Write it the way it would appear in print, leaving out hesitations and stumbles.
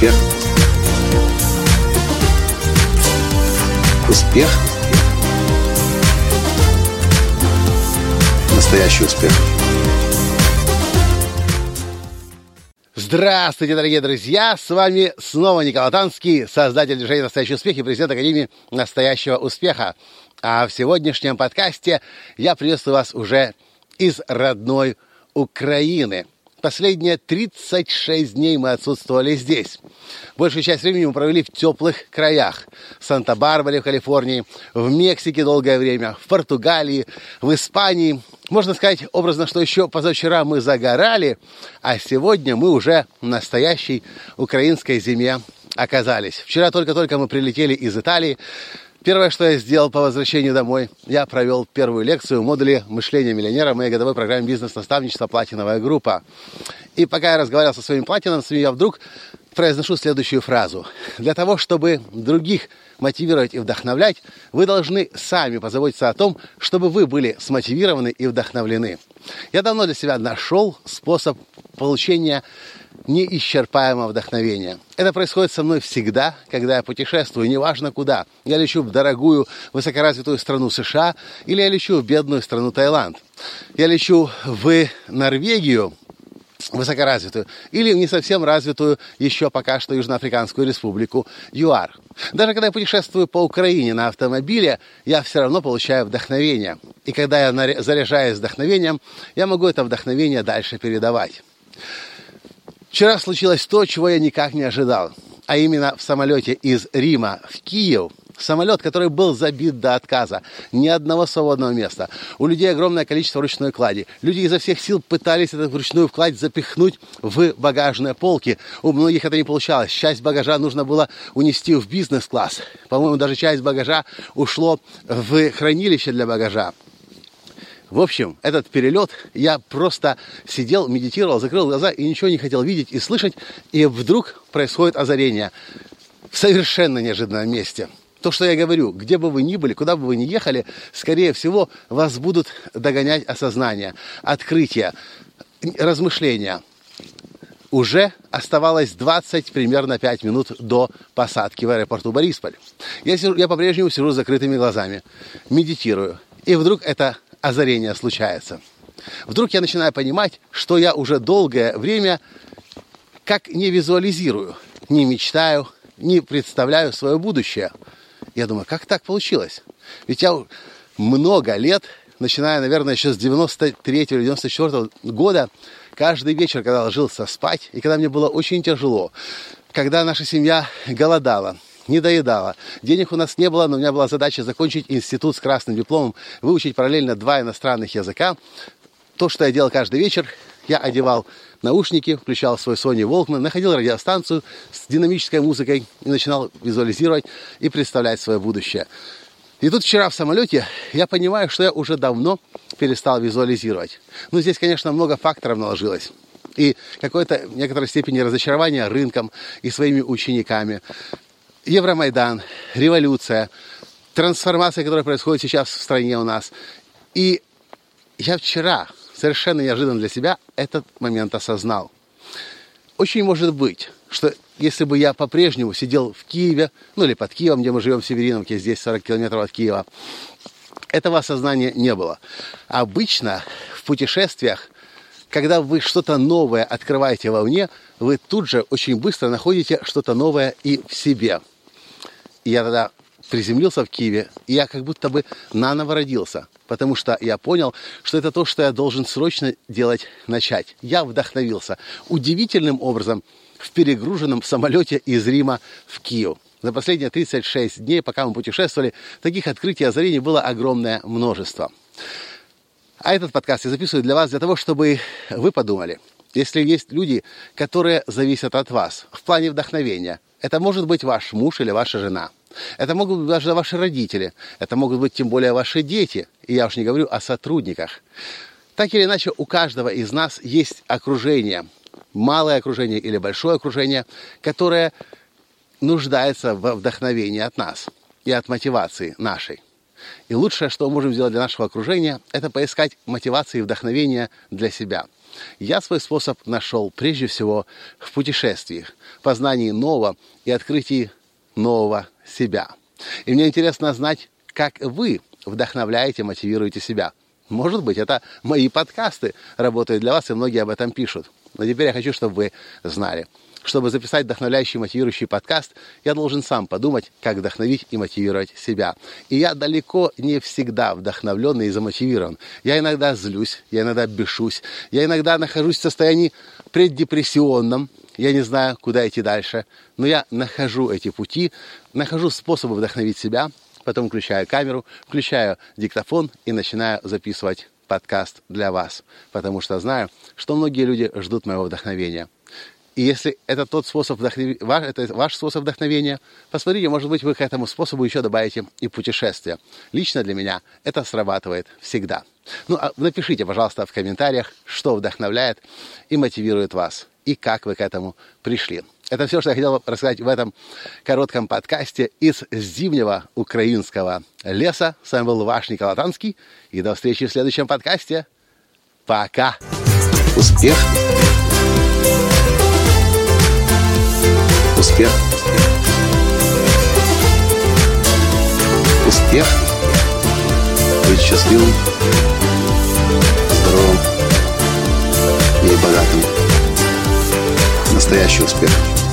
Успех. Успех. Настоящий успех. Здравствуйте, дорогие друзья! С вами снова Николай Танский, создатель движения «Настоящий успех» и президент Академии «Настоящего успеха». А в сегодняшнем подкасте я приветствую вас уже из родной Украины. Последние 36 дней мы отсутствовали здесь. Большую часть времени мы провели в теплых краях. В Санта-Барбаре в Калифорнии, в Мексике долгое время, в Португалии, в Испании. Можно сказать образно, что еще позавчера мы загорали, а сегодня мы уже в настоящей украинской зиме оказались. Вчера только-только мы прилетели из Италии. Первое, что я сделал по возвращению домой, я провел первую лекцию в модуле «Мышление миллионера» в моей годовой программе «Бизнес-наставничество. Платиновая группа». И пока я разговаривал со своими платиновцами, я вдруг произношу следующую фразу. Для того, чтобы других мотивировать и вдохновлять, вы должны сами позаботиться о том, чтобы вы были смотивированы и вдохновлены. Я давно для себя нашел способ получения неисчерпаемого вдохновения. Это происходит со мной всегда, когда я путешествую, неважно куда. Я лечу в дорогую, высокоразвитую страну США или я лечу в бедную страну Таиланд. Я лечу в Норвегию, высокоразвитую, или в не совсем развитую еще пока что Южноафриканскую республику ЮАР. Даже когда я путешествую по Украине на автомобиле, я все равно получаю вдохновение. И когда я заряжаюсь вдохновением, я могу это вдохновение дальше передавать. Вчера случилось то, чего я никак не ожидал. А именно в самолете из Рима в Киев. Самолет, который был забит до отказа. Ни одного свободного места. У людей огромное количество ручной клади. Люди изо всех сил пытались эту ручную кладь запихнуть в багажные полки. У многих это не получалось. Часть багажа нужно было унести в бизнес-класс. По-моему, даже часть багажа ушло в хранилище для багажа. В общем, этот перелет, я просто сидел, медитировал, закрыл глаза и ничего не хотел видеть и слышать. И вдруг происходит озарение в совершенно неожиданном месте. То, что я говорю, где бы вы ни были, куда бы вы ни ехали, скорее всего, вас будут догонять осознание, открытие, размышления. Уже оставалось 20 примерно 5 минут до посадки в аэропорту Борисполь. Я по-прежнему сижу с закрытыми глазами, медитирую. И вдруг это озарение случается. Вдруг я начинаю понимать, что я уже долгое время как не визуализирую, не мечтаю, не представляю свое будущее. Я думаю, как так получилось? Ведь я много лет, начиная, наверное, еще с 93-го или 94-го года, каждый вечер, когда ложился спать, и когда мне было очень тяжело, когда наша семья голодала, не доедала. Денег у нас не было, но у меня была задача закончить институт с красным дипломом, выучить параллельно 2 иностранных языка. То, что я делал каждый вечер, я одевал наушники, включал свой Sony Walkman, находил радиостанцию с динамической музыкой и начинал визуализировать и представлять свое будущее. И тут вчера в самолете я понимаю, что я уже давно перестал визуализировать. Ну, здесь, конечно, много факторов наложилось. И какое-то в некоторой степени разочарование рынком и своими учениками. Евромайдан, революция, трансформация, которая происходит сейчас в стране у нас. И я вчера, совершенно неожиданно для себя, этот момент осознал. Очень может быть, что если бы я по-прежнему сидел в Киеве, ну или под Киевом, где мы живем в Севериновке, здесь 40 километров от Киева, этого осознания не было. Обычно в путешествиях, когда вы что-то новое открываете вовне, вы тут же очень быстро находите что-то новое и в себе. И я тогда приземлился в Киеве, и я как будто бы наново родился, потому что я понял, что это то, что я должен срочно делать, начать. Я вдохновился удивительным образом в перегруженном самолете из Рима в Киев. За последние 36 дней, пока мы путешествовали, таких открытий и озарений было огромное множество. А этот подкаст я записываю для вас, для того, чтобы вы подумали. Если есть люди, которые зависят от вас в плане вдохновения, это может быть ваш муж или ваша жена. Это могут быть даже ваши родители. Это могут быть тем более ваши дети. И я уж не говорю о сотрудниках. Так или иначе, у каждого из нас есть окружение. Малое окружение или большое окружение, которое нуждается в вдохновении от нас и от мотивации нашей. И лучшее, что мы можем сделать для нашего окружения, это поискать мотивации и вдохновения для себя. Я свой способ нашел прежде всего в путешествиях, познании нового и открытии нового себя. И мне интересно знать, как вы вдохновляете, мотивируете себя. Может быть, это мои подкасты работают для вас, и многие об этом пишут. Но теперь я хочу, чтобы вы знали. Чтобы записать вдохновляющий, мотивирующий подкаст, я должен сам подумать, как вдохновить и мотивировать себя. И я далеко не всегда вдохновленный и замотивирован. Я иногда злюсь, я иногда бешусь, я иногда нахожусь в состоянии преддепрессионном. Я не знаю, куда идти дальше. Но я нахожу эти пути, нахожу способы вдохновить себя, потом включаю камеру, включаю диктофон и начинаю записывать подкаст для вас. Потому что знаю, что многие люди ждут моего вдохновения. И если это тот способ это ваш способ вдохновения, посмотрите, может быть, вы к этому способу еще добавите и путешествие. Лично для меня это срабатывает всегда. Напишите, пожалуйста, в комментариях, что вдохновляет и мотивирует вас, и как вы к этому пришли. Это все, что я хотел рассказать в этом коротком подкасте из зимнего украинского леса. С вами был ваш Николай Танский. И до встречи в следующем подкасте. Пока! Успех! Успех! Успех! Быть счастливым, здоровым и богатым. Настоящий успех!